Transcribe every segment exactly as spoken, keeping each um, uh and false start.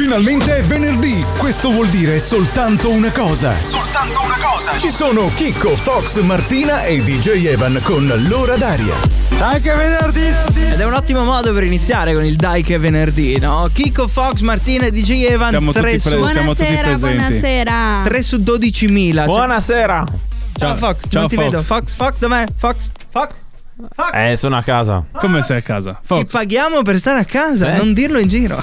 Finalmente è venerdì. Questo vuol dire soltanto una cosa. Soltanto una cosa. Ci sono Chicco, Fox, Martina e D J Evan con l'ora d'aria. Dai che è venerdì. Ed è un ottimo modo per iniziare con il dai che è venerdì, no? Chicco, Fox, Martina e D J Evan. Siamo tre tutti, pre- su... siamo tutti presenti. Buonasera. tre su dodicimila. Buonasera. Ciao, Fox, Ciao, non ti Fox. vedo. Fox, Fox, dov'è? Fox, Fox, Fox. Eh, sono a casa. Come sei a casa? Ti Fox. paghiamo per stare a casa, Eh? non dirlo in giro.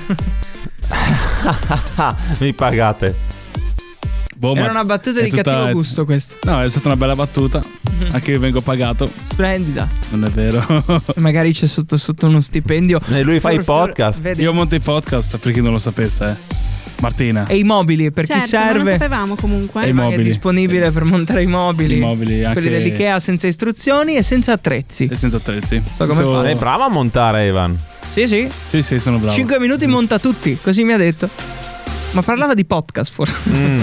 Mi pagate. Boh, Era ma una battuta è di tutta- cattivo gusto questa. No, è stata una bella battuta. Anche io vengo pagato. Splendida. Non è vero. Magari c'è sotto sotto uno stipendio. E lui fa i For- for- podcast. vedi? Io monto i podcast per chi non lo sapesse, eh. Martina. E i mobili, per Certo, chi serve. non lo sapevamo comunque. E i Evan è mobili. disponibile per montare i mobili. I mobili, anche- Quelli dell'Ikea senza istruzioni e senza attrezzi. E senza attrezzi. So come Tutto- fare. È bravo a montare, Evan. Sì, sì. Sì, sì, sono bravo. cinque minuti monta tutti, così mi ha detto. Ma parlava di podcast forse. Mm.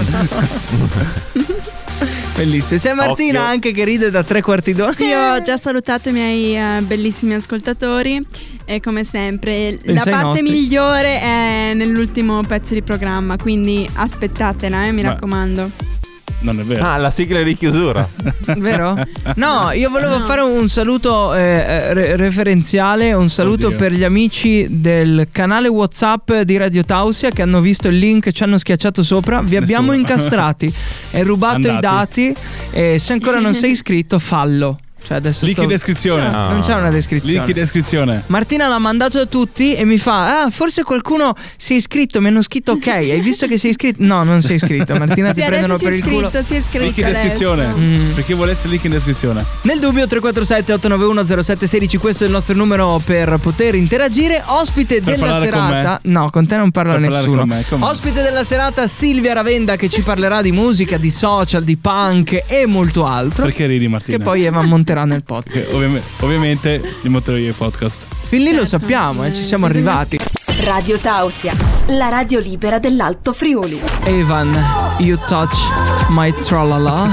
Bellissimo. C'è Martina Occhio. anche che ride da tre quarti d'ora. Sì, ho già salutato i miei eh, bellissimi ascoltatori e come sempre Pensa la ai parte nostri. migliore è nell'ultimo pezzo di programma, quindi aspettatela, eh, mi Ma- raccomando. Non è vero. Ah, la sigla di chiusura. Vero? No, io volevo No. fare un saluto eh, re- referenziale, un saluto Oddio. per gli amici del canale WhatsApp di Radio Tausia che hanno visto il link, ci hanno schiacciato sopra. Vi abbiamo Nessuno. incastrati e rubato Andati. i dati. E se ancora non sei iscritto, fallo. Cioè adesso Link sto- in descrizione. No, non c'è una descrizione. Link in descrizione. Martina l'ha mandato a tutti e mi fa: ah, forse qualcuno si è iscritto, mi hanno scritto ok. Hai visto che sei iscritto? No, non sei iscritto. Martina, ti Sì, prendono adesso per si il è culo. iscritto, si è iscritto Link in adesso. descrizione. Mm. Per chi volesse link in descrizione. Nel dubbio tre quattro sette otto nove uno zero sette uno sei, questo è il nostro numero per poter interagire. Ospite Per della parlare con serata. No, con te non parla Per parlare nessuno. con me, con me. Ospite della serata Silvia Ravenda che ci parlerà di musica, di social, di punk e molto altro. Perché ridi, Martina? Che poi Evan monterà nel podcast. Perché ovvi- ovviamente li monterò io i podcast. Fin lì lo Certo, sappiamo, eh, ci siamo bisogna- arrivati. Radio Tausia, la radio libera dell'Alto Friuli. Evan, you touch my tralala.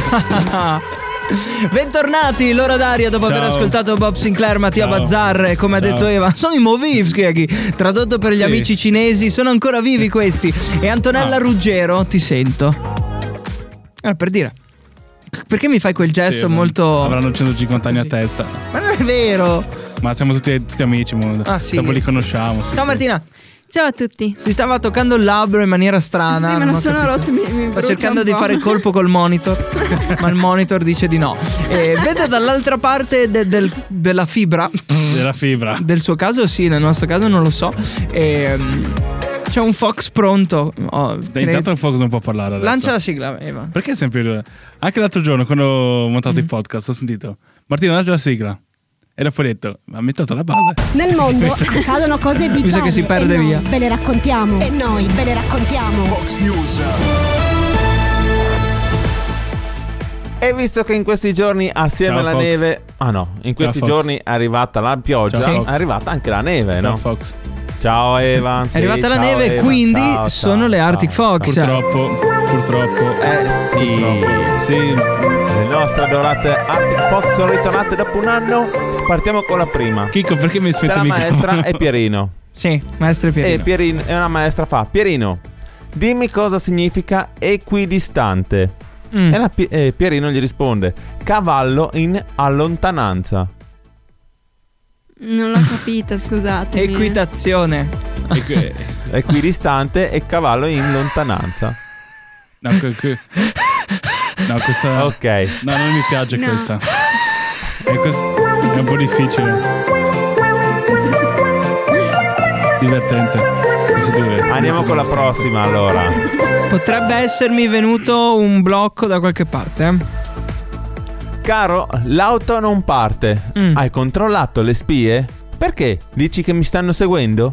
Bentornati, l'ora d'aria dopo Ciao. aver ascoltato Bob Sinclair, Mattia Ciao. Bazzar e come ha Ciao. detto Evan, sono i Movivski, tradotto per gli Sì. amici cinesi, sono ancora vivi questi. E Antonella Ah. Ruggero, ti sento. Allora, per dire, perché mi fai quel gesto Sì, molto... Avranno centocinquanta anni Così. a testa. Ma non è vero. Ma siamo tutti, tutti amici. mo. Ah, sì. Dopo li conosciamo. sì, Ciao sì. Martina. Ciao a tutti. Si stava toccando il labbro in maniera strana. Sì, me lo ho sono capito. rotto, mi- mi Sto brucia cercando un di po'. fare il colpo col monitor, ma il monitor dice di no. E vedo dall'altra parte de- del- della fibra. Della fibra. Del suo caso, sì, nel nostro caso non lo so. Ehm, c'è un Fox pronto. Oh, Dai, credo- intanto il Fox non può parlare adesso. Lancia la sigla, Eva. Perché sempre. Anche l'altro giorno, quando ho montato Mm. il podcast, ho sentito Martina, lancia la sigla. E dopo ho detto, ma mi hai tolto la base. Nel mondo accadono cose bizzarre. Mi sa che si perde e noi via. Ve le raccontiamo. E noi ve le raccontiamo. E visto che in questi giorni assieme Ciao, alla Fox. neve, ah no, in questi Fox. giorni è arrivata la pioggia, Ciao, è Fox. arrivata anche la neve, Ciao, no? Fox. Ciao Evan. È sì, arrivata la ciao, neve, Evan. quindi Ciao, sono ciao, le Arctic ciao. Fox. Purtroppo, purtroppo. Eh sì, Purtroppo. Sì. le nostre adorate Arctic Fox sono ritornate dopo un anno. Partiamo con la prima. Chicco, perché mi hai C'è spento la il microfono? maestra e Pierino. Sì, maestro Pierino. E Pierino, e una maestra fa: Pierino, dimmi cosa significa equidistante. Mm. E, la Pi- e Pierino gli risponde: cavallo in allontananza. Non l'ho capita, scusate. Equitazione. Equi- Equidistante e cavallo in lontananza. No, que- que- no, questa. Ok. No, non mi piace No. questa. È, quest- è un po' difficile. Divertente. Posso dire? Andiamo con la prossima allora. Potrebbe essermi venuto un blocco da qualche parte. eh. Caro, l'auto non parte. Mm. Hai controllato le spie? Perché? Dici che mi stanno seguendo?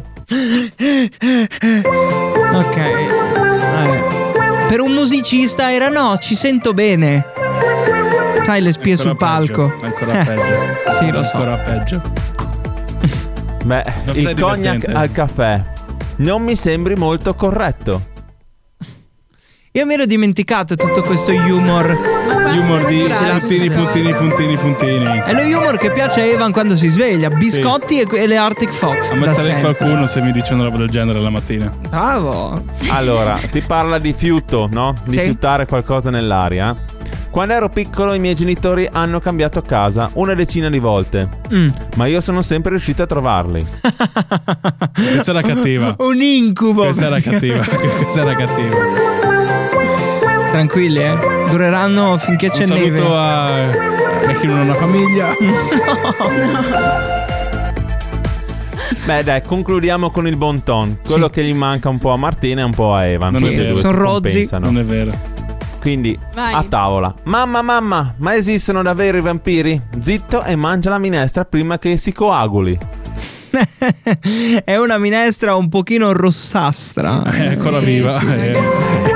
Ok. Eh. Per un musicista era no, ci sento bene. Sai le spie Ancora sul palco. peggio, Ancora Eh, peggio. Sì, lo so. Ancora peggio. Beh, Non il sei cognac divertente. al caffè non mi sembri molto corretto. Io mi ero dimenticato tutto questo humor. Ma Humor di naturale. puntini, puntini, puntini, puntini. È lo humor che piace a Evan quando si sveglia. Biscotti e, e le Arctic Fox. da Ammazzerei sempre. qualcuno se mi dice una roba del genere la mattina. Bravo. Allora, si parla di fiuto, no? Di Sì. fiutare qualcosa nell'aria. Quando ero piccolo i miei genitori hanno cambiato casa una decina di volte, Mm. ma io sono sempre riuscito a trovarli. Questa era cattiva. Un incubo. Questa era cattiva. Questa era cattiva. Tranquilli, eh. Dureranno finché c'è Un neve. saluto a, a chi non ha una famiglia. Beh dai, concludiamo con il bon ton. Quello Sì. che gli manca un po' a Martina e un po' a Evan. Non è Tutti e vero. due Sono si rozzi. compensano. Non è vero. Quindi Vai. a tavola. Mamma, mamma, ma esistono davvero i vampiri? Zitto e mangia la minestra prima che si coaguli. È una minestra un pochino rossastra. È ancora viva. Eh.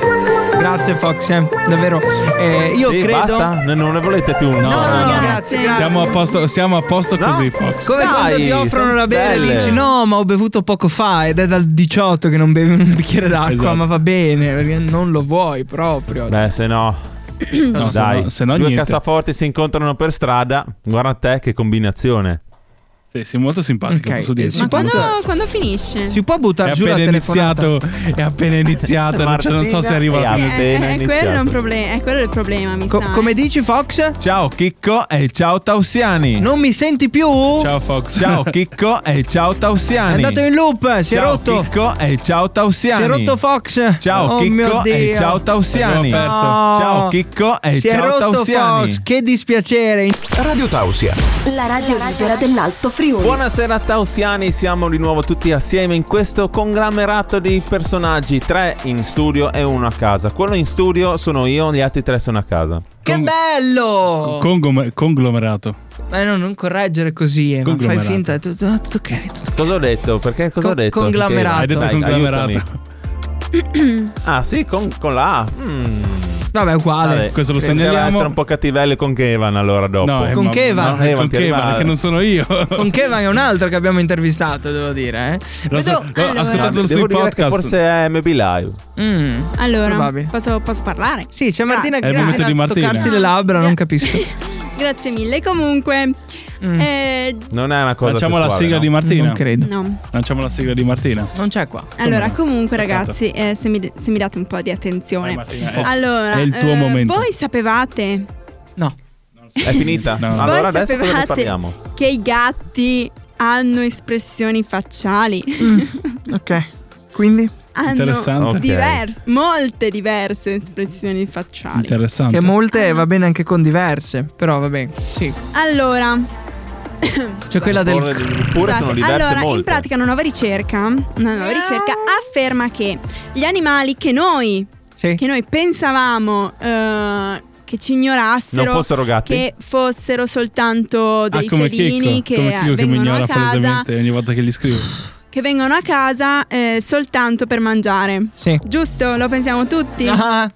Grazie Fox, eh. Davvero. Eh, io Sì, credo. basta? Ne- Non ne volete più? No, No, no, no, Grazie. grazie, grazie. Siamo a posto, siamo a posto No? così, Fox. Come Dai, quando ti offrono sono da bere e belle. dici no, ma ho bevuto poco fa ed è dal diciotto che non bevi un bicchiere d'acqua, Esatto. ma va bene, perché non lo vuoi proprio. Beh, se no. No, se Dai, no- se no due niente. cassaforti si incontrano per strada. Guarda te che combinazione. Sì, sei molto simpatico, Ok, posso dirti. si Ma può quando, buttare- quando finisce? Si può È buttare giù la appena telefonata? iniziato, è appena iniziato, non, cioè, non so se arriva Martina alla e fine. Sì, appena è, è, è iniziato. quello un problema, è quello il problema, mi Co- sa. come dici Fox? Ciao Chicco e ciao Taussiani. Non mi senti più? Ciao Fox. Ciao Chicco e ciao È Taussiani. andato in loop, si è ciao rotto. Chicco e ciao Taussiani. Si è rotto Fox. Ciao Oh mio Chicco e Dio. ciao Taussiani. Abbiamo perso. No. Ciao Chicco e Si è ciao rotto Taussiani. Fox, che dispiacere. Radio Tausia. La radio libera dell'Alto Friuli. Buonasera Taussiani, siamo di nuovo tutti assieme in questo conglomerato di personaggi, tre in studio e uno a casa. Quello in studio sono io, gli altri tre sono a casa. Che Con- bello! Congom- conglomerato. Ma no, non correggere così, Eva. Fai Conglomerato. finta, è tutto, ah, tutto ok. Tutto ok. Cosa ho detto? Perché cosa Con- ho detto? conglomerato. Hai detto Dai, conglomerato. aiutami. Ah sì, con, con la A. Mm. Vabbè, è uguale. Vabbè, Questo lo poteva segnaliamo. essere un po' cattivelli con Kevan allora dopo. No, eh, Con ma- Kevan? no, Evan con che Kevan, arriva- che non sono io. Con Kevan è un altro che abbiamo intervistato, devo dire. Eh. L'ho, Vedo- l'ho allora. ascoltato Devo sui dire che podcast. forse è M B Live. Mm. Allora, Probabile. posso, posso parlare? Sì, c'è Martina È che il momento continua di a Martina. toccarsi le labbra, non capisco. Grazie mille. Comunque, Mm. eh, Non è una cosa Lanciamo la sessuale, sigla no? di Martina. Non credo. no. Lanciamo la sigla di Martina. Non c'è qua. Allora, no? comunque, Peccato. ragazzi, eh, se, mi, se mi date un po' di Vai, attenzione. Martina, è- Allora, è il tuo eh, momento. voi sapevate No. È finita? No. Allora Voi adesso cosa ne sapevate parliamo? che i gatti hanno espressioni facciali? Ok. Quindi? Hanno Interessante. Ok. divers- molte diverse espressioni facciali. Interessante. Che molte va bene anche con diverse. Però va bene. Sì. Allora, C'è quella del. Oppure sono scusate, diverse allora molte. in pratica una nuova ricerca, una nuova ricerca afferma che gli animali che noi, Sì. che noi pensavamo eh, che ci ignorassero, Non fossero gatti? che fossero soltanto dei ah, come felini Chicco, che come Chicco che mi vengono a ignora casa, palesemente ogni volta che gli scrivo. che vengono a casa eh, soltanto per mangiare. Sì. Giusto? Lo pensiamo tutti? Ah,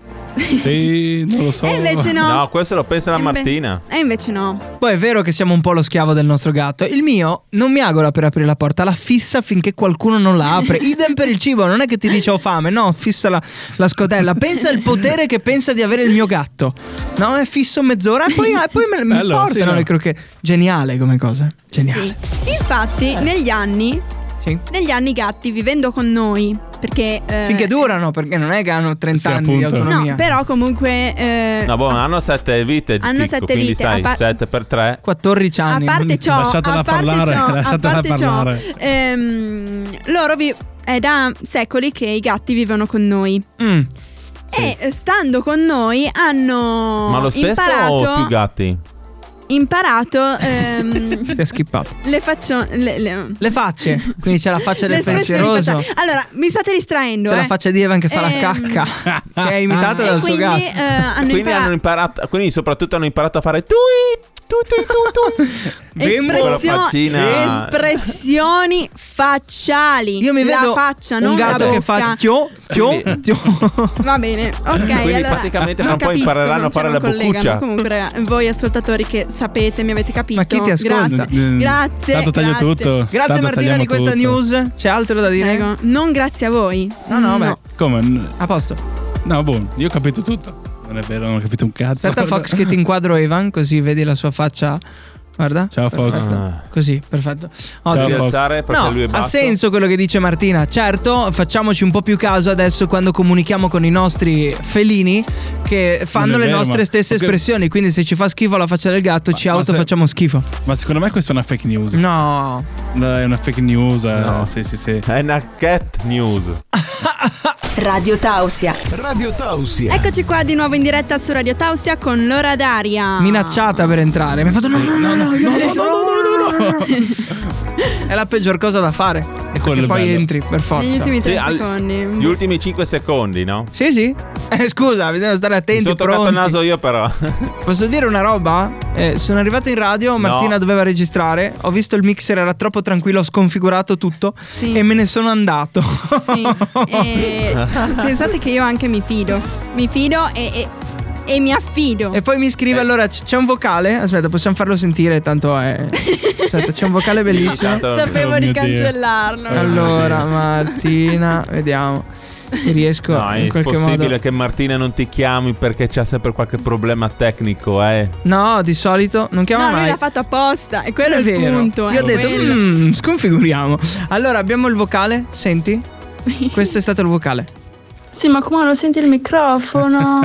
Sì, non lo so. E invece no. No, questo lo pensa la E inve- Martina. E invece no. poi è vero che siamo un po' lo schiavo del nostro gatto. Il mio non mi agola per aprire la porta, la fissa finché qualcuno non la apre. Idem per il cibo, non è che ti dice ho fame, no, fissa la, la scodella. Pensa al potere che pensa di avere il mio gatto. No, è fisso mezz'ora e poi, e poi me, mi Bello, portano sì, no. le crocchette. Geniale come cosa. Geniale. Sì. Infatti, negli anni, Sì. negli anni i gatti vivendo con noi, perché eh, Finché durano, perché non è che hanno trenta Sì, anni di appunto. autonomia. No, però comunque eh, No, boh, hanno sette vite. Hanno Chicco, sette quindi vite, sai, a par- sette per tre. quattordici a anni. parte non- ciò, Lasciatela a parte parlare, ciò, a lasciatela parte ciò, parlare. ehm, loro vi- è da secoli che i gatti vivono con noi. Mm. E eh, stando con noi hanno Ma lo stesso imparato, o più gatti? imparato ehm, Si è skippato. le faccio le, le- Le facce, quindi c'è la faccia del le espressioni pensieroso. facciali. Allora, mi state distraendo, C'è eh. la faccia di Evan che fa la Ehm, cacca, che è imitata E dal suo quindi gatto. eh, hanno Quindi imparato hanno imparato, quindi soprattutto hanno imparato a fare tui, tu tu tu tu. Bimbo. Quella espressio- faccina. espressioni facciali. Io mi vedo la faccia, non un gatto la che bocca. fa chio, chio, Quindi- chio. Va bene, ok. Quindi allora, praticamente fra non un po' capisco, impareranno non a fare ci la collegano. boccuccia. Comunque, ragazzi, voi ascoltatori che sapete, mi avete capito. Ma chi ti ascolta? Grazie, Mm, grazie. Tanto taglio grazie. tutto. Grazie Tanto Martina tagliamo di questa tutto. news. C'è altro da dire? Prego, non grazie a voi. No, no, beh. Come? A posto. No, boh, io ho capito tutto. Non è vero, non ho capito un cazzo. Aspetta Fox che ti inquadro Evan, così vedi la sua faccia. Guarda. Ciao Fox. Perfetto. Ah. Così, perfetto. Ciao, Ottimo. Fox. Alzare perché No, lui è ha basso. senso quello che dice Martina. Certo, facciamoci un po' più caso adesso quando comunichiamo con i nostri felini che fanno Non è le vero, nostre ma- stesse ok. espressioni. Quindi se ci fa schifo la faccia del gatto, ci ma auto se- facciamo schifo. Ma secondo me questa è una fake news. No. No, è una fake news. eh, No. Sì, sì, sì. È una cat news. Radio Tausia. Radio Tausia. Eccoci qua di nuovo in diretta su Radio Tausia con l'ora d'aria. Minacciata per entrare. Mi ha fatto no, no, no, no, io ho detto, no, no, no, no. È la peggior cosa da fare. E quello che è poi bello. entri per Negli forza. ultimi tre Sì, al- secondi. Gli ultimi cinque secondi, no? Sì, sì. Eh, scusa, bisogna stare Mi attenti, sono toccato il pronti. naso io però. Posso dire una roba? Eh, sono arrivato in radio, Martina No. doveva registrare. Ho visto il mixer era troppo tranquillo, ho sconfigurato tutto Sì. e me ne sono andato. Sì. E pensate che io anche mi fido. Mi fido e, e, e mi affido. E poi mi scrive: Eh. allora c- c'è un vocale. Aspetta, possiamo farlo sentire. Tanto è. Aspetta, c'è un vocale bellissimo. Tanto- Sapevo Oh di mio Dio. cancellarlo. Allora, Martina, vediamo se riesco No, è in qualche possibile modo. che Martina non ti chiami perché c'ha sempre qualche problema tecnico, eh. No, di solito non chiama No, mai. lui l'ha fatto apposta. E quello è, Quello il vero. punto. Io è ho detto, quello. "Mm, sconfiguriamo. Allora, abbiamo il vocale. Senti? Questo è stato il vocale. Sì, ma come non senti il microfono?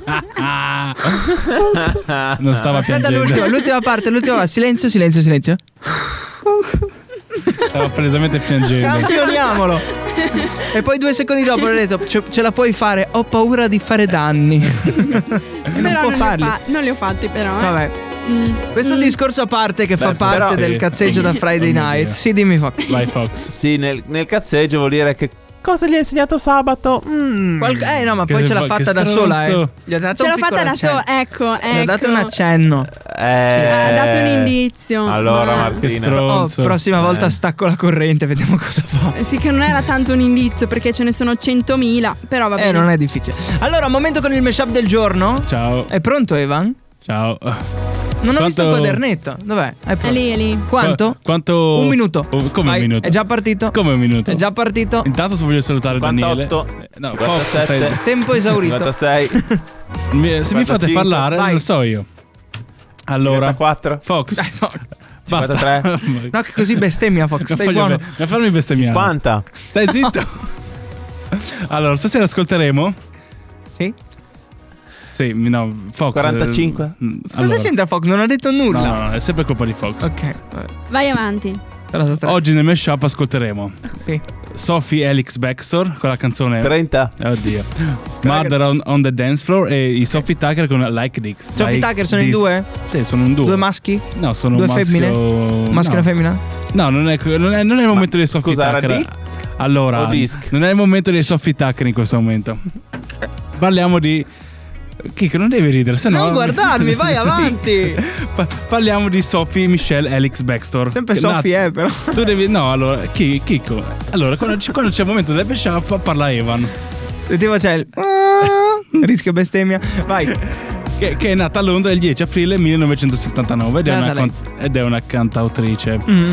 Non stava Aspetta, piangendo. l'ultima, l'ultima parte, l'ultima parte. Silenzio, silenzio, silenzio. Stava palesemente piangendo. Campioniamolo. E poi due secondi dopo ho detto: ce, ce la puoi fare? Ho paura di fare danni. E non Però può non li, ho farli. fa- non li ho fatti però. eh. Vabbè. Mm. Questo Mm. discorso a parte che fa Beh, parte però- del Sì. cazzeggio da Friday Oh mio night. Dio. Sì, dimmi Fox. Vai Fox. Sì, nel, nel cazzeggio vuol dire che cosa gli hai insegnato sabato? Mm. Qual- eh no, ma Che- poi ce l'ha che fatta da stronzo. sola, eh. Gli ho dato Ce un l'ho piccolo fatta da accenno. sola. Ecco, ecco. Gli ho dato un accenno. Eh, Ha dato un indizio. Allora, ma- Che Martina. Oh, stronzo. prossima volta Eh. stacco la corrente, vediamo cosa fa. Eh, Sì, che non era tanto un indizio perché ce ne sono centomila. Però va bene. Eh, non è difficile. Allora, momento con il mashup del giorno. Ciao. È pronto, Evan? Ciao. Non ho visto il Quanto- quadernetto. Dov'è? È È pronto. lì, è lì. Quanto? Qu- Quanto? Un minuto. Oh, come Vai, un minuto? È già partito. Come un minuto? È già partito. Intanto voglio salutare Daniele. cinquantotto, Eh, No, Fox, cinquantasette, stai- Tempo esaurito. cinquantasei, mi- se mi fate cinquantacinque, parlare, vai. lo so io. Allora, cinquantaquattro, Fox, Dai, Fox. basta. cinquantatré. No, che così bestemmia, Fox. Non Stai voglio buono. be- non farmi bestemmiare. cinquanta. Stai zitto. Allora, stasera ascolteremo. Sì. Sì, no, Fox. quarantacinque. eh, mm, Cosa allora. c'entra Fox? Non ha detto No, nulla. no, no, è sempre colpa di Fox. Ok. vabbè. Vai avanti. Te la so tre. Oggi nel mashup ascolteremo Sì. Sophie Elix Baxter con la canzone trenta. Oddio. Murder on, on the Dance Floor e i Sophie Tucker con Like This. Sophie Like Tucker sono in This. due? Sì, sono in due. Due maschi? No, sono Due un maschio... femmine? Maschio no. e femmina? No, non è, non è, non è il momento dei Sophie scusa, era Tucker. di? Allora, O disc? non è il momento dei Sophie Tucker in questo momento. Parliamo di... Chicco, non devi ridere, se no... Non guardarmi, vai avanti. Pa- parliamo di Sophie Michelle Elix Baxter. Sempre Che- Sophie, eh, però. Tu devi... No, allora, Chi- Chicco. Allora, quando, c- quando c'è il momento del mashup parla Evan. E tipo c'è il. Ah, rischio bestemmia. Vai. Che, che è nata a Londra il dieci aprile millenovecentosettantanove ed è, Nata una, lei. con- ed è una cantautrice. Mm.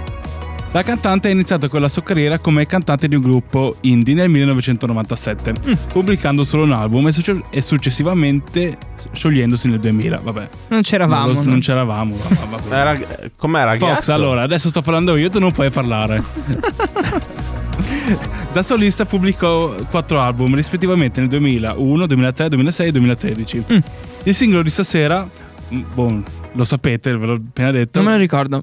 La cantante ha iniziato con la sua carriera come cantante di un gruppo indie nel millenovecentonovantasette, Mm. pubblicando solo un album e, succe- e successivamente sciogliendosi nel duemila. Vabbè, Non c'eravamo. non, lo- no? non c'eravamo. va- va- vabbè. Era, com'era? Fox, Ghiaccio? allora, adesso sto parlando io, tu non puoi parlare. Da solista pubblicò quattro album, rispettivamente nel duemilauno, duemilatré, duemilasei e duemilatredici. Mm. Il singolo di stasera, mm, boh, lo sapete, ve l'ho appena detto. Non me lo ricordo.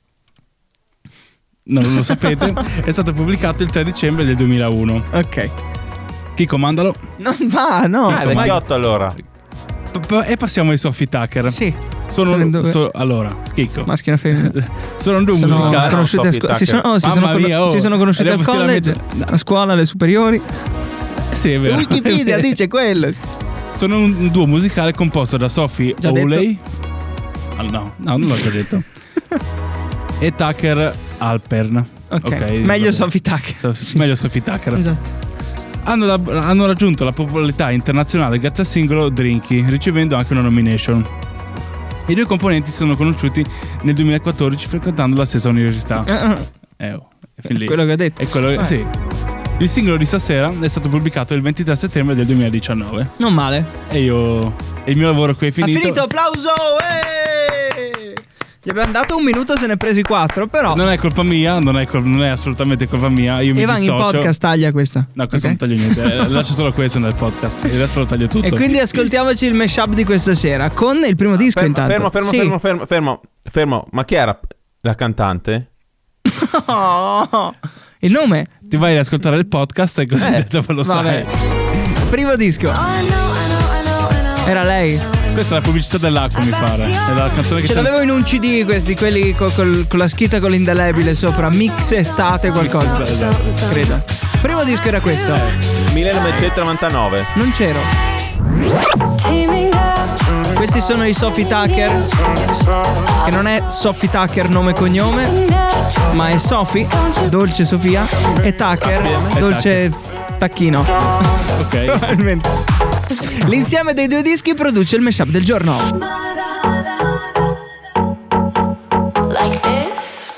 No, non lo sapete. È stato pubblicato il tre dicembre del duemilauno. Ok. Chi comandalo? Non va, no. Ah, è Vai. vecchiotto allora. P- p- e passiamo ai Sophie Tucker. Sì. Sono, sono in due. so- allora, Chicco. Maschio e femmina. Sono due Sono musicali. conosciuti a Sophie scuola. Si Tucker. sono, oh, si Mamma sono, con- mia, oh. si sono conosciuti E al dopo si college, lamenta- a scuola, alle superiori. Sì, è vero. Wikipedia dice quello. Sono un duo musicale composto da Sophie Già detto? Hawley. Ah, no, no, non l'ho già detto. E Tucker Alpern. Ok. Ok, Meglio vabbè. Sophie Tucker. So- meglio Sophie Tucker. Esatto. Hanno, la- hanno raggiunto la popolarità internazionale grazie al singolo Drinky, ricevendo anche una nomination. I due componenti si sono conosciuti nel duemilaquattordici frequentando la stessa università. Ah, ah. Eh, oh, è fin lì. Quello che ho detto. È quello che- Vai. sì. Il singolo di stasera è stato pubblicato il ventitré settembre del duemiladiciannove. Non male. E io e il mio lavoro qui è finito. Ha finito, applauso! Eeeh! Gli abbiamo dato un minuto, se ne è presi quattro, però. Non è colpa mia, non è, col- non è assolutamente colpa mia. Io mi Evan in dissocio. podcast taglia questa. No, questo Ok? non taglio niente. eh, Lascio solo questo nel podcast. Il resto lo taglio tutto. E quindi ascoltiamoci il mashup di questa sera con il primo disco. Fermo, intanto. fermo, fermo, Sì. fermo, fermo, fermo, fermo. Ma chi era la cantante? Oh, il nome? Ti vai ad ascoltare il podcast e così Eh, dopo lo vabbè. sai. Primo disco. Era lei. Questa è la pubblicità dell'acqua, mi pare. È la canzone che Ce c'è. l'avevo in un C D questi, quelli co- col- con la scritta con l'indelebile sopra. Mix estate qualcosa. Esatto. Credo. Primo disco era questo. millenovecentonovantanove. Non c'ero. Questi sono i Sophie Tucker, che non è Sophie Tucker nome e cognome, ma è Sophie, dolce Sofia, e Tucker, dolce Tacchino. Ok. Probabilmente. L'insieme dei due dischi produce il mashup del giorno. Like this.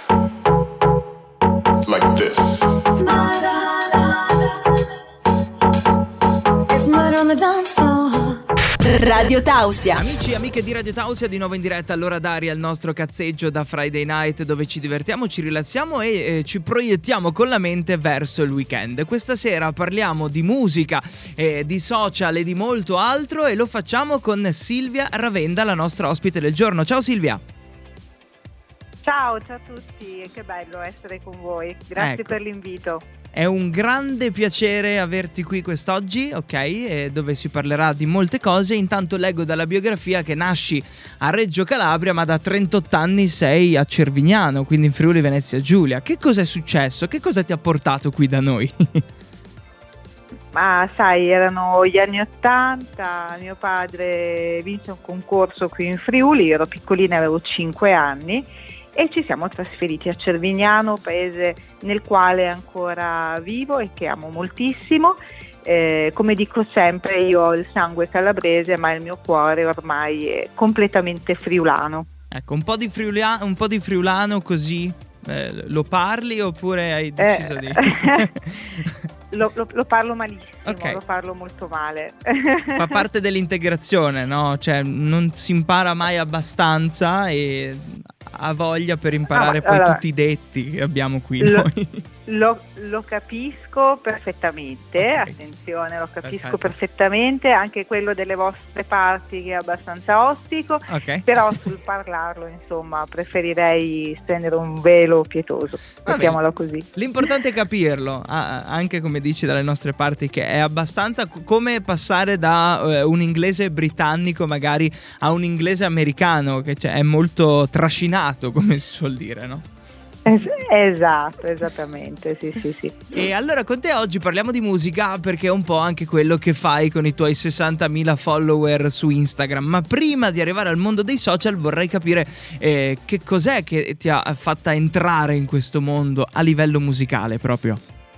Like this. It's murder on the dance floor. Radio Tausia. Amici e amiche di Radio Tausia, di nuovo in diretta all'ora d'aria, il nostro cazzeggio da Friday Night, dove ci divertiamo, ci rilassiamo e eh, ci proiettiamo con la mente verso il weekend. Questa sera parliamo di musica, eh, di social e di molto altro, e lo facciamo con Silvia Ravenda, la nostra ospite del giorno. Ciao Silvia. Ciao, ciao a tutti, che bello essere con voi. Grazie Ecco. per l'invito. È un grande piacere averti qui quest'oggi, ok? E dove si parlerà di molte cose. Intanto leggo dalla biografia che nasci a Reggio Calabria, ma da trentotto anni sei a Cervignano, quindi in Friuli Venezia Giulia. Che cosa è successo? Che cosa ti ha portato qui da noi? Ma sai, erano gli anni ottanta, mio padre vinse un concorso qui in Friuli, ero piccolina, avevo cinque anni, e ci siamo trasferiti a Cervignano, paese nel quale ancora vivo e che amo moltissimo. Eh, come dico sempre, io ho il sangue calabrese, ma il mio cuore ormai è completamente friulano. Ecco, un po' di friulano, un po' di friulano così eh, lo parli oppure hai deciso Eh, di... lo, lo- lo parlo malissimo, Ok. lo parlo molto male. Fa parte dell'integrazione, no? Cioè non si impara mai abbastanza e ha voglia per imparare No, ma- poi allora, tutti i detti che abbiamo qui lo- noi. Lo, lo capisco perfettamente, Ok. attenzione, lo capisco Perfetto. perfettamente, anche quello delle vostre parti che è abbastanza ostico, Ok. però sul parlarlo, insomma, preferirei stendere un velo pietoso, Va mettiamola così. L'importante è capirlo, a- anche come dici dalle nostre parti, che è abbastanza co- come passare da eh, un inglese britannico magari a un inglese americano, che cioè, è molto trascinato, come si suol dire, no? Es- esatto, esattamente, sì, sì, sì. E allora con te oggi parliamo di musica, perché è un po' anche quello che fai con i tuoi sessantamila follower su Instagram. Ma prima di arrivare al mondo dei social vorrei capire eh, che cos'è che ti ha fatta entrare in questo mondo a livello musicale proprio.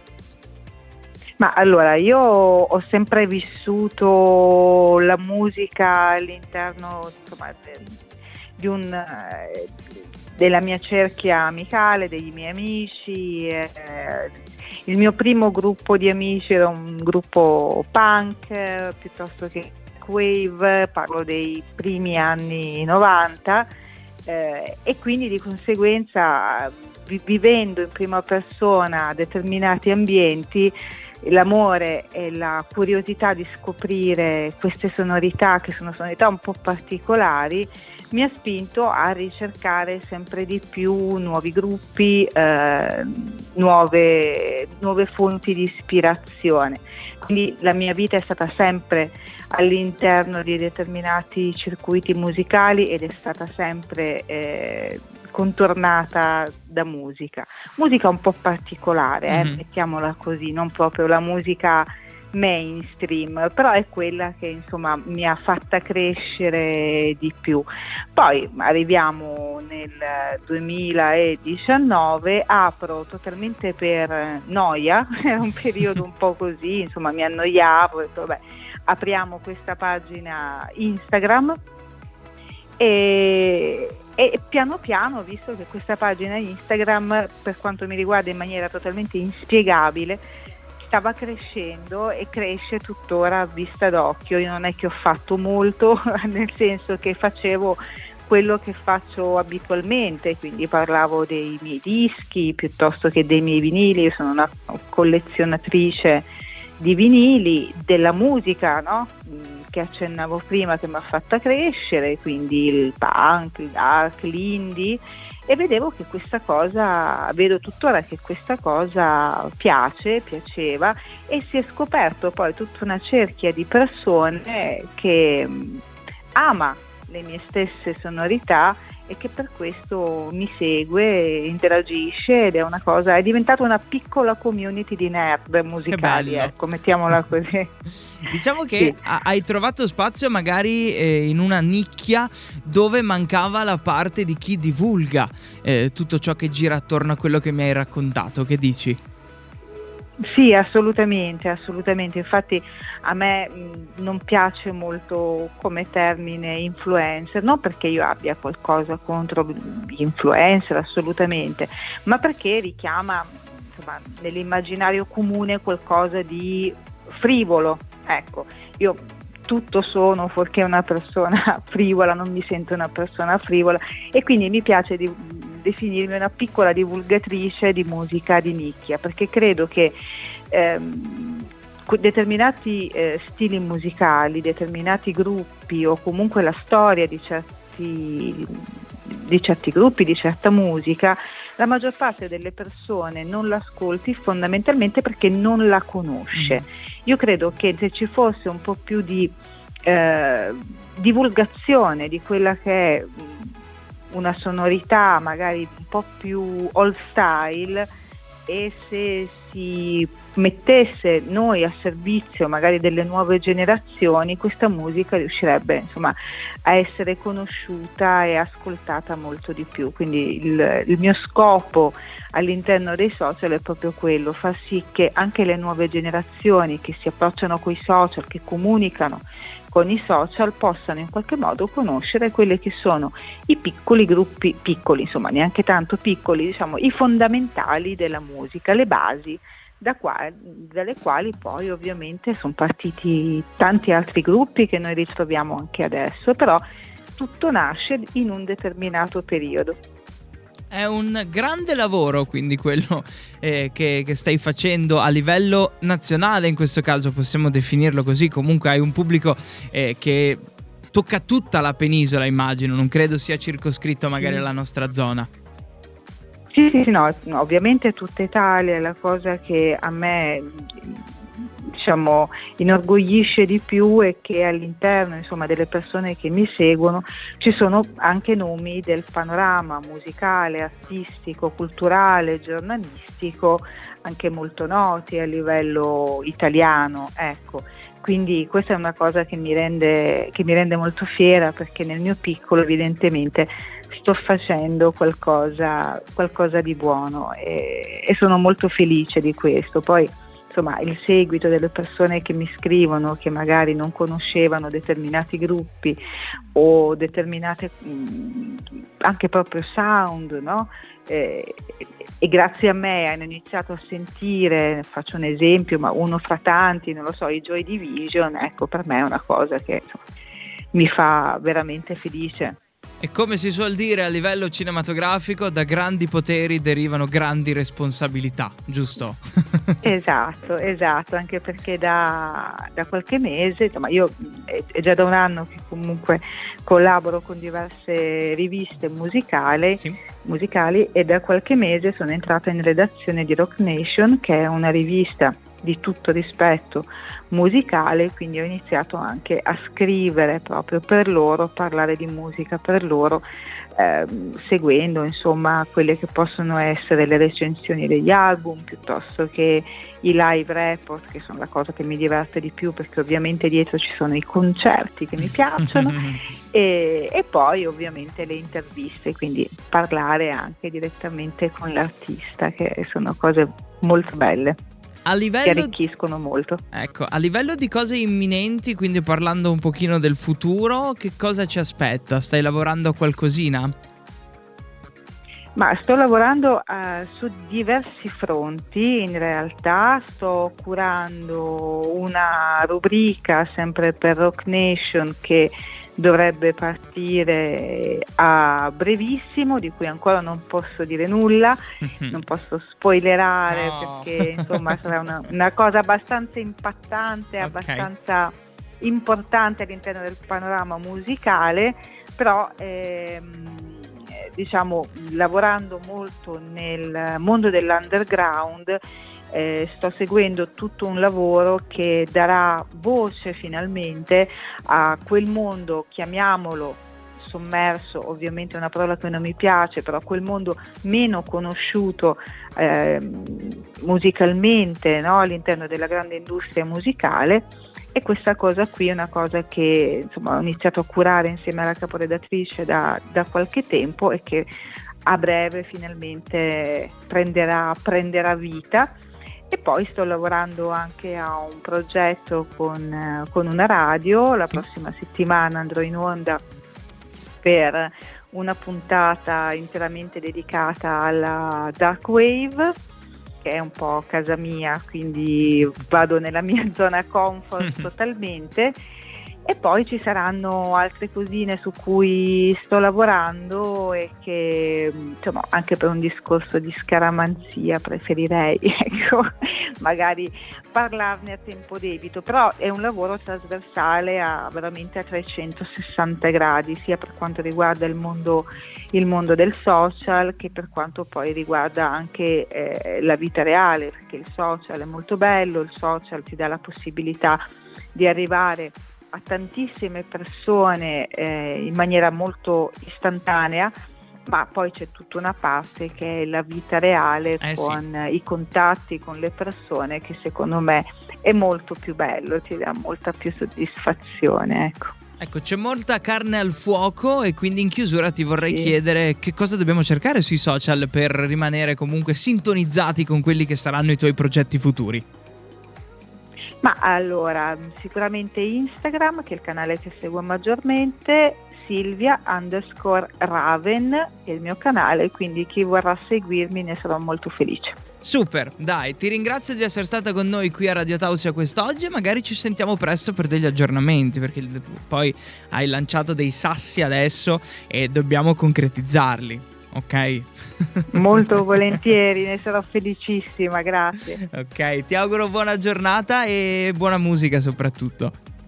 Ma allora, io ho sempre vissuto la musica all'interno, insomma, de- di un, eh, della mia cerchia amicale, dei miei amici. eh, il mio primo gruppo di amici era un gruppo punk, eh, piuttosto che wave, parlo dei primi anni novanta, eh, e quindi di conseguenza, vi- vivendo in prima persona determinati ambienti, l'amore e la curiosità di scoprire queste sonorità, che sono sonorità un po' particolari, mi ha spinto a ricercare sempre di più nuovi gruppi, eh, nuove, nuove fonti di ispirazione. Quindi la mia vita è stata sempre all'interno di determinati circuiti musicali ed è stata sempre eh, contornata da musica. Musica un po' particolare, eh, Mhm. mettiamola così, non proprio la musica mainstream, però è quella che insomma mi ha fatta crescere di più. Poi arriviamo nel duemiladiciannove, apro totalmente per noia, era un periodo un po' così, insomma mi annoiavo, ho detto vabbè, apriamo questa pagina Instagram e, e piano piano ho visto che questa pagina Instagram, per quanto mi riguarda in maniera totalmente inspiegabile, stava crescendo e cresce tuttora a vista d'occhio. Io non è che ho fatto molto, nel senso che facevo quello che faccio abitualmente, quindi parlavo dei miei dischi piuttosto che dei miei vinili. Io sono una collezionatrice di vinili, della musica, no? Che accennavo prima, che mi ha fatta crescere, quindi il punk, il dark, l'indie, e vedevo che questa cosa, vedo tuttora che questa cosa piace, piaceva, e si è scoperto poi tutta una cerchia di persone che ama le mie stesse sonorità e che per questo mi segue, interagisce, ed è una cosa, è diventata una piccola community di nerd musicali, ecco, mettiamola così. Diciamo che sì. hai trovato spazio magari eh, in una nicchia dove mancava la parte di chi divulga eh, tutto ciò che gira attorno a quello che mi hai raccontato. Che dici? Sì, assolutamente, assolutamente. Infatti a me mh, non piace molto come termine influencer, non perché io abbia qualcosa contro gli influencer, assolutamente, ma perché richiama, insomma, nell'immaginario comune qualcosa di frivolo. Ecco, io tutto sono fuorché una persona frivola, non mi sento una persona frivola, e quindi mi piace di, definirmi una piccola divulgatrice di musica di nicchia, perché credo che ehm, determinati eh, stili musicali, determinati gruppi, o comunque la storia di certi, di certi gruppi, di certa musica, la maggior parte delle persone non l'ascolti fondamentalmente perché non la conosce. Mm. Io credo che se ci fosse un po' più di eh, divulgazione di quella che è una sonorità magari un po' più old style, e se si mettesse noi a servizio magari delle nuove generazioni, questa musica riuscirebbe, insomma, a essere conosciuta e ascoltata molto di più. Quindi il, il mio scopo all'interno dei social è proprio quello: far sì che anche le nuove generazioni che si approcciano coi social, che comunicano con i social, possano in qualche modo conoscere quelli che sono i piccoli gruppi, piccoli, insomma neanche tanto piccoli, diciamo i fondamentali della musica, le basi da qua, dalle quali poi ovviamente sono partiti tanti altri gruppi che noi ritroviamo anche adesso, però tutto nasce in un determinato periodo. È un grande lavoro, quindi, quello eh, che, che stai facendo a livello nazionale, in questo caso possiamo definirlo così. Comunque hai un pubblico eh, che tocca tutta la penisola, immagino, non credo sia circoscritto magari alla nostra zona. Sì, sì, sì, no, no, ovviamente tutta Italia. La cosa che a me, diciamo, inorgoglisce di più è che all'interno, insomma, delle persone che mi seguono ci sono anche nomi del panorama musicale, artistico, culturale, giornalistico, anche molto noti a livello italiano, ecco. Quindi questa è una cosa che mi rende, che mi rende molto fiera, perché nel mio piccolo evidentemente sto facendo qualcosa, qualcosa di buono, e, e sono molto felice di questo. Poi insomma il seguito delle persone che mi scrivono, che magari non conoscevano determinati gruppi o determinate mh, anche proprio sound, no? Eh, e grazie a me hanno iniziato a sentire, faccio un esempio, ma uno fra tanti, non lo so, i Joy Division, ecco, per me è una cosa che, insomma, mi fa veramente felice. E come si suol dire a livello cinematografico, da grandi poteri derivano grandi responsabilità, giusto? Esatto, esatto, anche perché da, da qualche mese, insomma, io è, è già da un anno che comunque collaboro con diverse riviste musicali, sì. musicali e da qualche mese sono entrata in redazione di Rock Nation, che è una rivista di tutto rispetto musicale, quindi ho iniziato anche a scrivere proprio per loro, parlare di musica per loro, eh, seguendo insomma quelle che possono essere le recensioni degli album, piuttosto che i live report, che sono la cosa che mi diverte di più, perché ovviamente dietro ci sono i concerti che mi piacciono e, e poi ovviamente le interviste, quindi parlare anche direttamente con l'artista, che sono cose molto belle. A livello, che arricchiscono molto. Ecco, a livello di cose imminenti, quindi parlando un pochino del futuro, che cosa ci aspetta? Stai lavorando a qualcosina? Ma sto lavorando uh, su diversi fronti, in realtà sto curando una rubrica sempre per Rock Nation che dovrebbe partire a brevissimo, di cui ancora non posso dire nulla, non posso spoilerare no. perché insomma sarà una, una cosa abbastanza impattante, okay. abbastanza importante all'interno del panorama musicale, però ehm, diciamo lavorando molto nel mondo dell'underground eh, sto seguendo tutto un lavoro che darà voce finalmente a quel mondo, chiamiamolo sommerso, ovviamente è una parola che non mi piace, però quel mondo meno conosciuto eh, musicalmente, no? All'interno della grande industria musicale. E questa cosa qui è una cosa che insomma ho iniziato a curare insieme alla caporedattrice da, da qualche tempo e che a breve finalmente prenderà, prenderà vita. E poi sto lavorando anche a un progetto con, con una radio. La prossima settimana andrò in onda per una puntata interamente dedicata alla Dark Wave, che è un po' casa mia, quindi vado nella mia zona comfort totalmente. E poi ci saranno altre cosine su cui sto lavorando e che insomma anche per un discorso di scaramanzia preferirei ecco, magari parlarne a tempo debito, però è un lavoro trasversale a veramente a trecentosessanta gradi, sia per quanto riguarda il mondo, il mondo del social che per quanto poi riguarda anche eh, la vita reale, perché il social è molto bello, il social ti dà la possibilità di arrivare a tantissime persone eh, in maniera molto istantanea, ma poi c'è tutta una parte che è la vita reale eh con sì. i contatti con le persone, che secondo me è molto più bello, ti dà molta più soddisfazione, ecco. Ecco, c'è molta carne al fuoco e quindi in chiusura ti vorrei sì. chiedere che cosa dobbiamo cercare sui social per rimanere comunque sintonizzati con quelli che saranno i tuoi progetti futuri. Ma allora, sicuramente Instagram, che è il canale che seguo maggiormente, Silvia underscore Raven è il mio canale, quindi chi vorrà seguirmi ne sarò molto felice. Super, dai, ti ringrazio di essere stata con noi qui a Radio Tausia quest'oggi e magari ci sentiamo presto per degli aggiornamenti, perché poi hai lanciato dei sassi adesso e dobbiamo concretizzarli, ok? Molto volentieri, ne sarò felicissima, grazie. Ok, ti auguro buona giornata e buona musica soprattutto.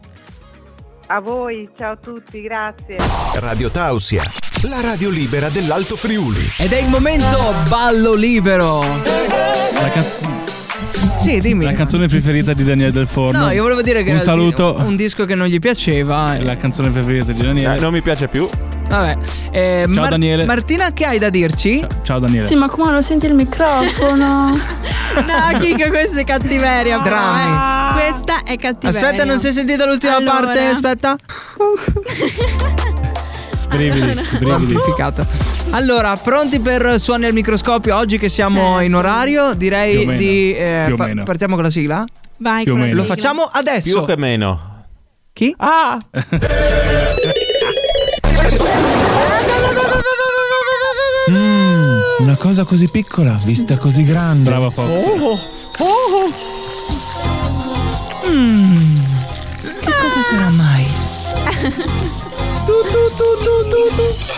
A voi, ciao a tutti, grazie. Radio Tausia, la radio libera dell'Alto Friuli. Ed è il momento ballo libero. La canzone. Sì, dimmi. La canzone preferita di Daniele Del Forno. No, io volevo dire che un era saluto. Un disco che non gli piaceva. La canzone preferita di Daniele. Eh, non mi piace più. Vabbè. Eh, Ciao Mar- Daniele. Martina, che hai da dirci? Ciao, ciao Daniele. Sì, ma come non senti il microfono? No, Chico, questa è cattiveria. Drammi. Però, eh. Questa è cattiveria. Aspetta, non si è sentita l'ultima allora. parte? Aspetta. Brividi, brividi. Amplificato. Allora, pronti per suoni al microscopio oggi che siamo certo. in orario? Direi Più o di eh, Più o pa- meno. partiamo con la sigla? Vai, Più o con la meno. Lo sigla. facciamo adesso. Più che meno. Chi? Ah! Mm, una cosa così piccola, vista così grande. Bravo Fox. Oh, oh. Mm. Che cosa sarà mai? tu, tu, tu, tu, tu, tu.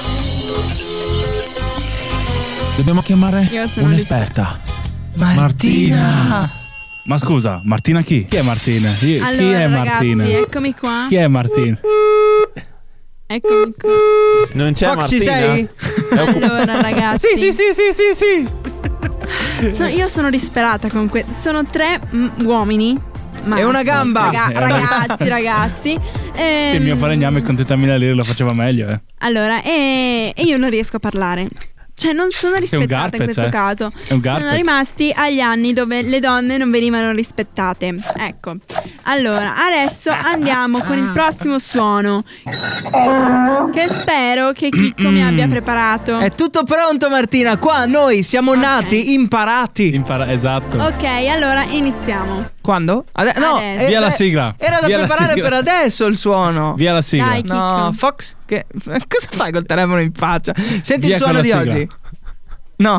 Dobbiamo chiamare Io sono un'esperta. Martina. Ma scusa, Martina chi? Chi è Martina? Chi, Allora, chi è ragazzi, Martina? eccomi qua. Chi è Martina? Eccomi qua. Non c'è Fox, ci Martina? sei? Allora, ragazzi. Sì, sì, sì, sì, sì, sì. Sono- io sono disperata con que- Sono tre mm, uomini. Ma E una gamba. raga- ragazzi, ragazzi. Ehm, Sì, il mio falegname con trentamila lire lo faceva meglio, eh. Allora, e, e io non riesco a parlare. Cioè, non sono rispettata in Garpez, questo eh. caso. È un Garpez. Sono rimasti agli anni dove le donne non venivano rispettate. Ecco. Allora, adesso andiamo con il prossimo suono, che spero che Chicco mi abbia preparato. È tutto pronto, Martina. Qua noi siamo Ok. nati imparati. Impara- esatto. Ok, allora iniziamo. Quando? Ade- no, Adesso. eh, Via la eh, sigla. Era da Via la preparare sigla. per adesso il suono. Via la sigla. Dai. No, Chicco. Fox, che cosa fai col telefono in faccia? Senti Via il con suono la di sigla. oggi. No.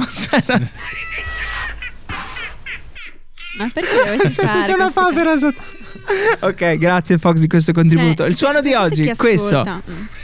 Ma perché dovete fare? C'è una papera sotto. Ok, grazie Fox di questo contributo. Cioè, il suono di oggi, chi questo. ascolta?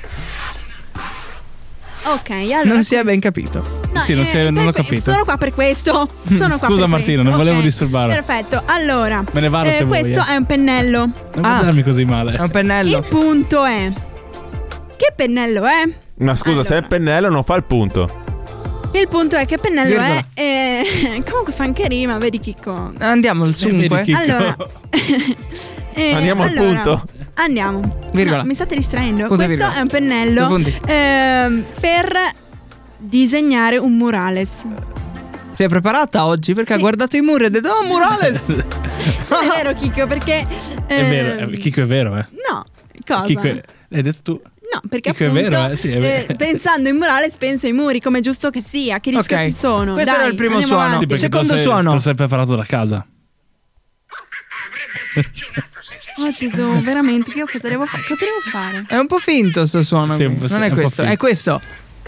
Ok, allora Non si è ben capito. No, sì, non, si è, eh, non ho per- capito. Sono qua per questo. Sono qua Scusa per Martina, questo. non volevo Ok, disturbare. Perfetto. Allora, Me ne vado eh, se vuoi, questo eh. è un pennello. Non Ah. guardarmi così male. È un pennello. Il punto è: che pennello è? Ma scusa, se è il pennello non fa il punto. Il punto è che pennello Virgola. è. eh, comunque fa anche rima, vedi Chicco. Andiamo al vedi sunque. chi- Chicco. Allora, eh, Andiamo al allora, punto. Andiamo. Virgola. No, mi state distraendo. Punto e Questo virgola. è un pennello Due punti. ehm, per disegnare un murales. Si è preparata oggi perché ha guardato i muri e ha detto: oh, murales. Non è vero, Chicco, perché. È vero, ehm, eh, Chicco è vero, eh. No, cosa? Chicco è... L'hai detto tu. No, perché Chicco è appunto vero, eh, sì, è vero. eh, pensando in murales penso ai muri, come è giusto che sia. Che discorsi Ok. sono? Questo Dai, era il primo andiamo suono. avanti. Sì, perché Secondo te lo sei- suono. Te lo sei preparato da casa. Oh Gesù, veramente, io cosa devo fare? Cosa devo fare? È un po' finto sto suono. Sì, un qui. po' sì, non è è un po' questo, finto. è questo.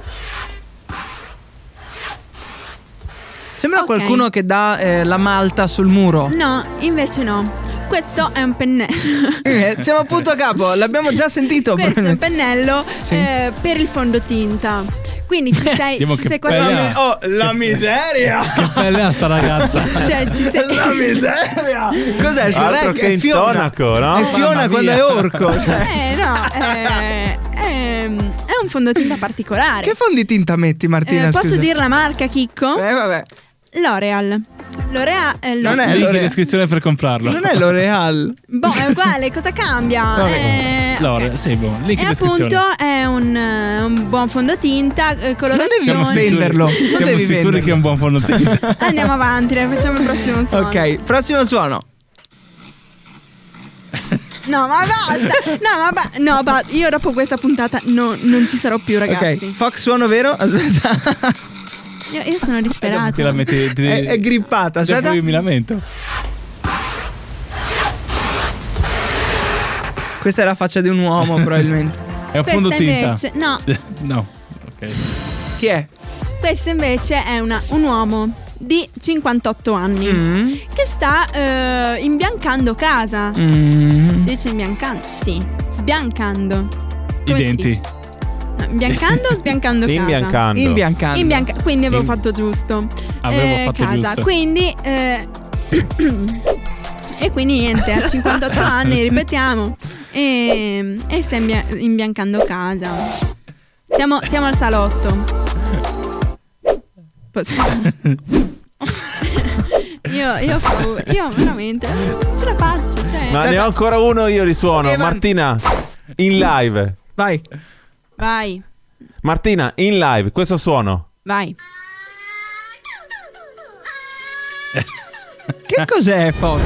Sembra Ok. qualcuno che dà eh, la malta sul muro. No, invece no. Questo è un pennello. Eh, siamo appunto a capo, l'abbiamo già sentito. Questo è un pennello Sì. eh, per il fondotinta. Quindi ci sei, Andiamo, ci che sei quasi. bella. Oh, la miseria! Che pelle ha sta ragazza. Cioè, ci sei. La miseria! Cos'è? Altro Shrek? che È Fiona. intonaco, no? È Fiona Mamma quando mia. è orco. Cioè. Eh, no, eh, ehm, è un fondotinta particolare. Che fondotinta metti, Martina? Eh, posso scusa? dire la marca, Chicco? Eh, vabbè. L'Oreal. L'Oreal è Non è Link in L'Oreal. descrizione per comprarlo. Non è L'Oreal. Boh, è uguale, cosa cambia? Eh, L'Ore, ok. sì, boh. Link E in descrizione. appunto è un, eh, un buon fondotinta, eh, colorazione. Siamo sicuri- venderlo. Non Siamo devi sicuri venderlo. che è un buon fondotinta. Andiamo avanti, dai, facciamo il prossimo suono. Ok, prossimo suono. No, ma basta. No, ma ba- no, ba- io dopo questa puntata no- non ci sarò più, ragazzi. Ok, Fox suono vero? Aspetta. Io, io sono disperata. Ti la metti. Ti, È, è grippata. Dopo Aspetta. io mi lamento. Questa è la faccia di un uomo, probabilmente. È un Questa fondotinta. invece, no, No. Ok. Chi è? questo invece è una- un uomo di cinquantotto anni Mm. che sta eh, imbiancando casa. Mm. Si dice imbiancando? Sì, sbiancando. I Come si denti. dice? No, imbiancando o sbiancando casa? Imbiancando. Imbiancando. Imbianca- quindi avevo In- fatto giusto. Avevo fatto casa. giusto. Quindi eh, e quindi niente, a cinquantotto anni, ripetiamo. E, e sta imbia- imbiancando casa. Siamo, siamo al salotto. Posso- io, io ho paura. Io veramente non ce la faccio. Cioè. Ma ne ho ancora uno io di suono. Evan. Martina, in live. Vai. Vai, Martina, in live, questo suono. vai. Che cos'è, Fox?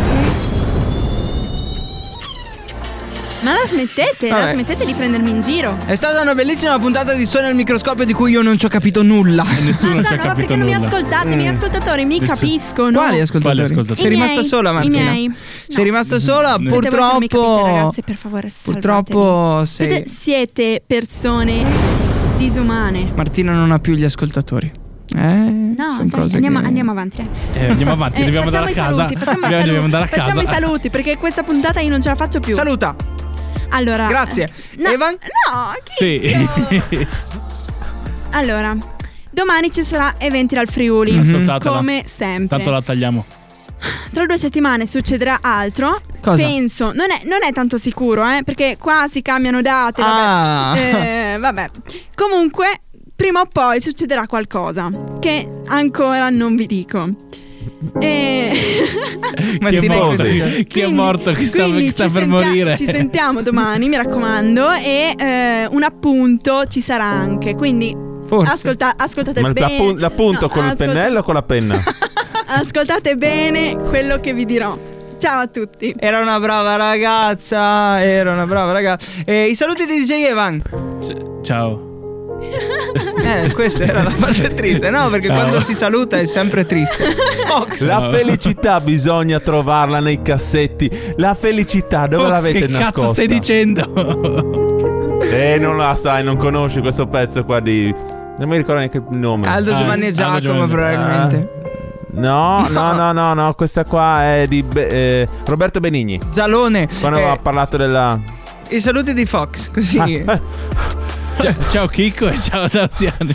Ma la smettete? La Vabbè. smettete di prendermi in giro? È stata una bellissima puntata di Suoni al microscopio di cui io non ci ho capito nulla. E nessuno Ma ci ha sa- ma capito perché non mi nulla. ascoltate? I miei ascoltatori mi Nessuno. capiscono. Quali ascoltatori? Quali ascoltatori? Sei I rimasta miei, sola, i Martina? miei. Sei rimasta sola? No. Siete voi che non mi capite, Purtroppo. ragazzi, per favore, Purtroppo sei. Siete, siete persone disumane. Martina non ha più gli ascoltatori. Eh, No, son dai, cose andiamo, che- andiamo avanti. Dai. Eh, andiamo avanti, Eh, dobbiamo facciamo andare a i casa. saluti, facciamo, i Dobbiamo saluti, andare a casa. facciamo i saluti perché questa puntata io non ce la faccio più. Saluta. Allora, Grazie. no, Evan? No, chi? Sì. Allora, domani ci sarà Eventi dal Friuli. Ascoltatela. Come sempre. Tanto la tagliamo. Tra due settimane succederà altro. Cosa? Penso, non è, non è tanto sicuro, eh, perché qua si cambiano date. Vabbè. Ah. Eh, vabbè. Comunque, prima o poi succederà qualcosa che ancora non vi dico. E... Chi è Martina, morto? cosa- Chi è Quindi- morto? Chi sta, quindi chi sta ci per sentia- morire? Ci sentiamo domani, mi raccomando. E eh, un appunto ci sarà anche. Quindi Forse. ascolta- ascoltate Ma bene. l'appu- l'appunto No, con il ascolta- pennello o con la penna? Ascoltate bene quello che vi dirò. Ciao a tutti. Era una brava ragazza. Era una brava ragazza. E i saluti di D J Evan. Ciao. Eh, questa era la parte triste. No, perché Ciao. quando si saluta è sempre triste. Fox. La No. felicità bisogna trovarla nei cassetti. La felicità dove Fox, l'avete che nascosta? cazzo stai dicendo? Eh, non la sai, non conosci questo pezzo qua di Non mi ricordo neanche il nome. Aldo, Ah, Giovanni e Aldo, Giacomo Giovanni. probabilmente. No, no, no, no, no, questa qua è di Be- eh, Roberto Benigni. Zalone. Quando Eh, aveva parlato della... I saluti di Fox, così. Ah, eh. Ciao Chicco e ciao Tausiani.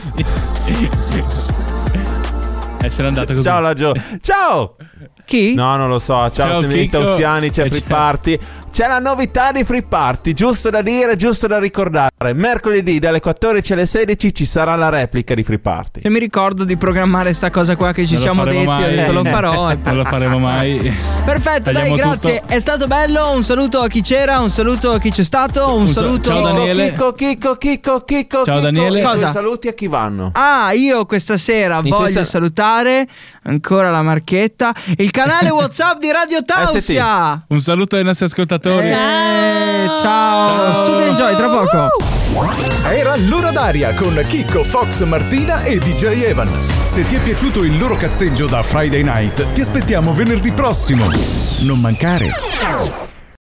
Essere andato così. Ciao la Gio. Ciao. Chi? No, non lo so. Ciao, Ciao, siamo Chicco. Tausiani, c'è E Free ciao. Party. C'è la novità di Free Party, giusto da dire, giusto da ricordare. Mercoledì dalle quattordici alle sedici ci sarà la replica di Free Party. Se mi ricordo di programmare sta cosa qua che ci Non lo siamo faremo detti, ho mai. detto lo farò. e poi- Non lo faremo mai. Perfetto, dai, Tagliamo grazie. tutto. È stato bello. Un saluto a chi c'era, un saluto a chi c'è stato, un, Un sa- saluto ciao, Daniele. Chicco, Chicco, Chicco, Chicco, Ciao, Chicco. Daniele. I tuoi Cosa? saluti a chi vanno? Ah, io questa sera In voglio questa- salutare ancora la Marchetta, il canale WhatsApp di Radio Tausia. Un saluto ai nostri ascoltatori. Eh, ciao. Ciao. Studio Enjoy, tra poco. Era l'ora d'aria con Chicco, Fox, Martina e D J Evan. Se ti è piaciuto il loro cazzeggio da Friday Night, ti aspettiamo venerdì prossimo. Non mancare.